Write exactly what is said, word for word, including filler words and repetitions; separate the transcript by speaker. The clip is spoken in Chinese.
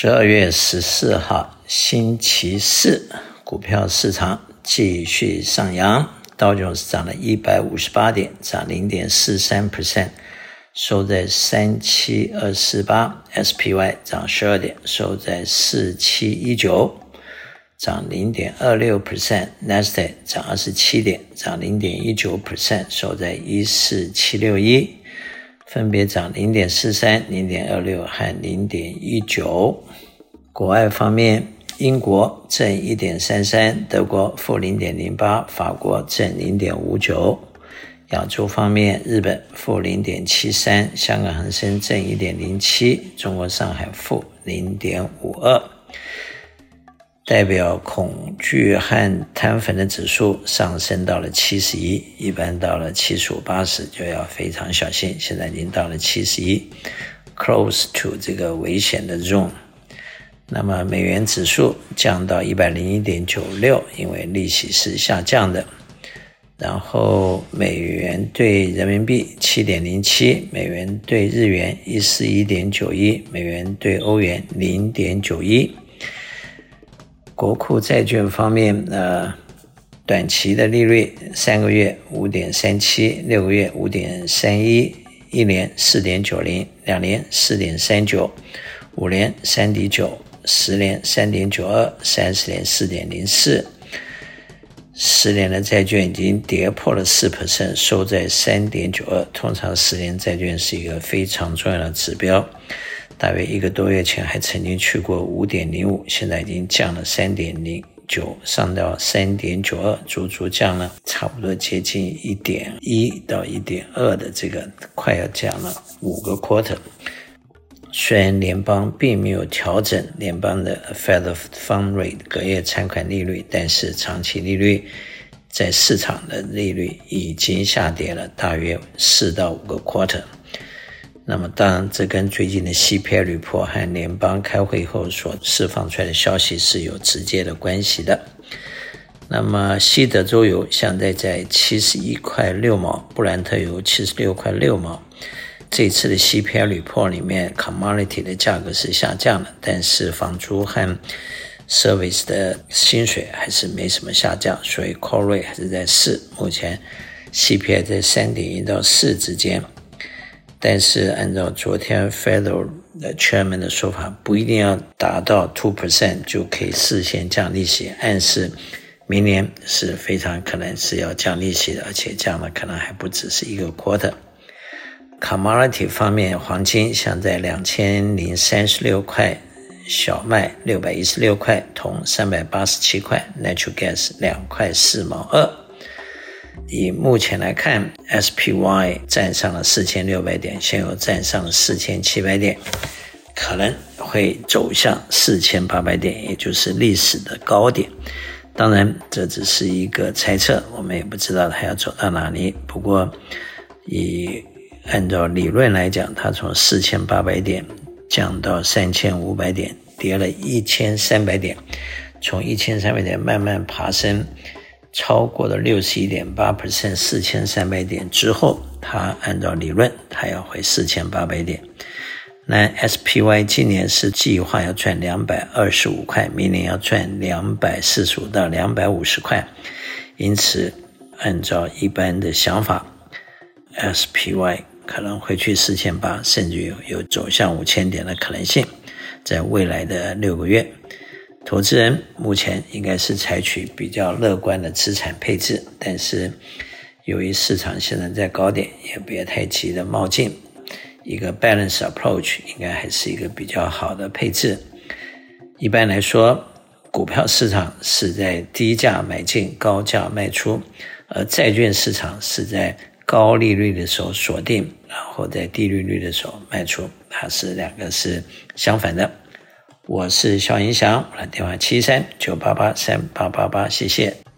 Speaker 1: 十二月十四号星期四，股票市场继续上扬，道琼斯涨了一百五十八点，涨 百分之零点四三， 收在三七二四八， S P Y 涨十二点，收在四七一九，涨 百分之零点二六， Nasdaq 涨二十七点，涨 百分之零点一九， 收在一四七六一，分别涨 零点四三、零点二六 和 零点一九。国外方面，英国正 一点三三， 德国负 零点零八， 法国正 零点五九。亚洲方面，日本负 零点七三， 香港恒生正 一点零七， 中国上海负 零点五二。代表恐惧和贪粉的指数上升到了七十一，一般到了七十五、八十就要非常小心，现在已经到了七十一 close to 这个危险的 zone。 那么美元指数降到 一百零一点九六， 因为利息是下降的。然后美元对人民币 七点零七， 美元对日元 一百四十一点九一， 美元对欧元 零点九一。国库债券方面，呃，短期的利率三个月 五点三七， 六个月 五点三一， 一年 四点九零， 两年 四点三九， 五年 三点九， 十年 三点九二， 三十年 四点零四。十年的债券已经跌破了 百分之四， 收在 三点九二， 通常十年债券是一个非常重要的指标，大约一个多月前还曾经去过 五点零五， 现在已经降了 三点零九， 上到 三点九二， 足足降了差不多接近 一点一 到 一点二 的这个，快要降了五个 quarter。 虽然联邦并没有调整联邦的 Fed Fund Rate 隔夜参款利率，但是长期利率在市场的利率已经下跌了大约四到五个 quarter。那么当然这跟最近的 C P I report 和联邦开会后所释放出来的消息是有直接的关系的。那么西德州油现在在七十一块六毛，布兰特油七十六块六毛。这次的 C P I report 里面 commodity 的价格是下降了，但是房租和 service 的薪水还是没什么下降，所以 core rate 还是在四，目前 C P I 在 三点一 到四之间。但是按照昨天 Federal 的 Chairman 的说法，不一定要达到 百分之二 就可以事先降利息，暗示明年是非常可能是要降利息的，而且降的可能还不只是一个 quarter。Commodity 方面，黄金像在两千零三十六块，小麦六百一十六块，铜三百八十七块， Natural Gas 两块四毛二。以目前来看 S P Y 站上了四千六百点，现油站上了四千七百点，可能会走向四千八百点，也就是历史的高点。当然这只是一个猜测，我们也不知道它要走到哪里。不过以按照理论来讲，它从四千八百点降到三千五百点，跌了一千三百点，从一千三百点慢慢爬升，超过了 百分之六十一点八， 四千三百点之后，它按照理论它要回四千八百点。那 S P Y 今年是计划要赚两百二十五块，明年要赚两百四十五到两百五十块，因此按照一般的想法， S P Y 可能会去四千八百，甚至有有走向五千点的可能性，在未来的六个月。投资人目前应该是采取比较乐观的资产配置，但是由于市场现在在高点，也别太急的冒进，一个 balance approach 应该还是一个比较好的配置。一般来说，股票市场是在低价买进，高价卖出，而债券市场是在高利率的时候锁定，然后在低利率的时候卖出，它是两个是相反的。我是肖银祥，我的电话七三九八八三八八八，谢谢。